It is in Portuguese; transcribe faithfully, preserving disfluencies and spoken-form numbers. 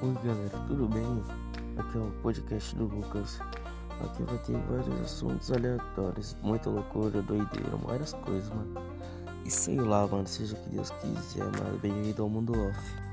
Oi galera, tudo bem? Aqui é o podcast do Lucas. Aqui vai ter vários assuntos aleatórios, muita loucura, doideira, várias coisas, mano. E sei lá, mano, seja o que Deus quiser, mano. Bem-vindo ao mundo off.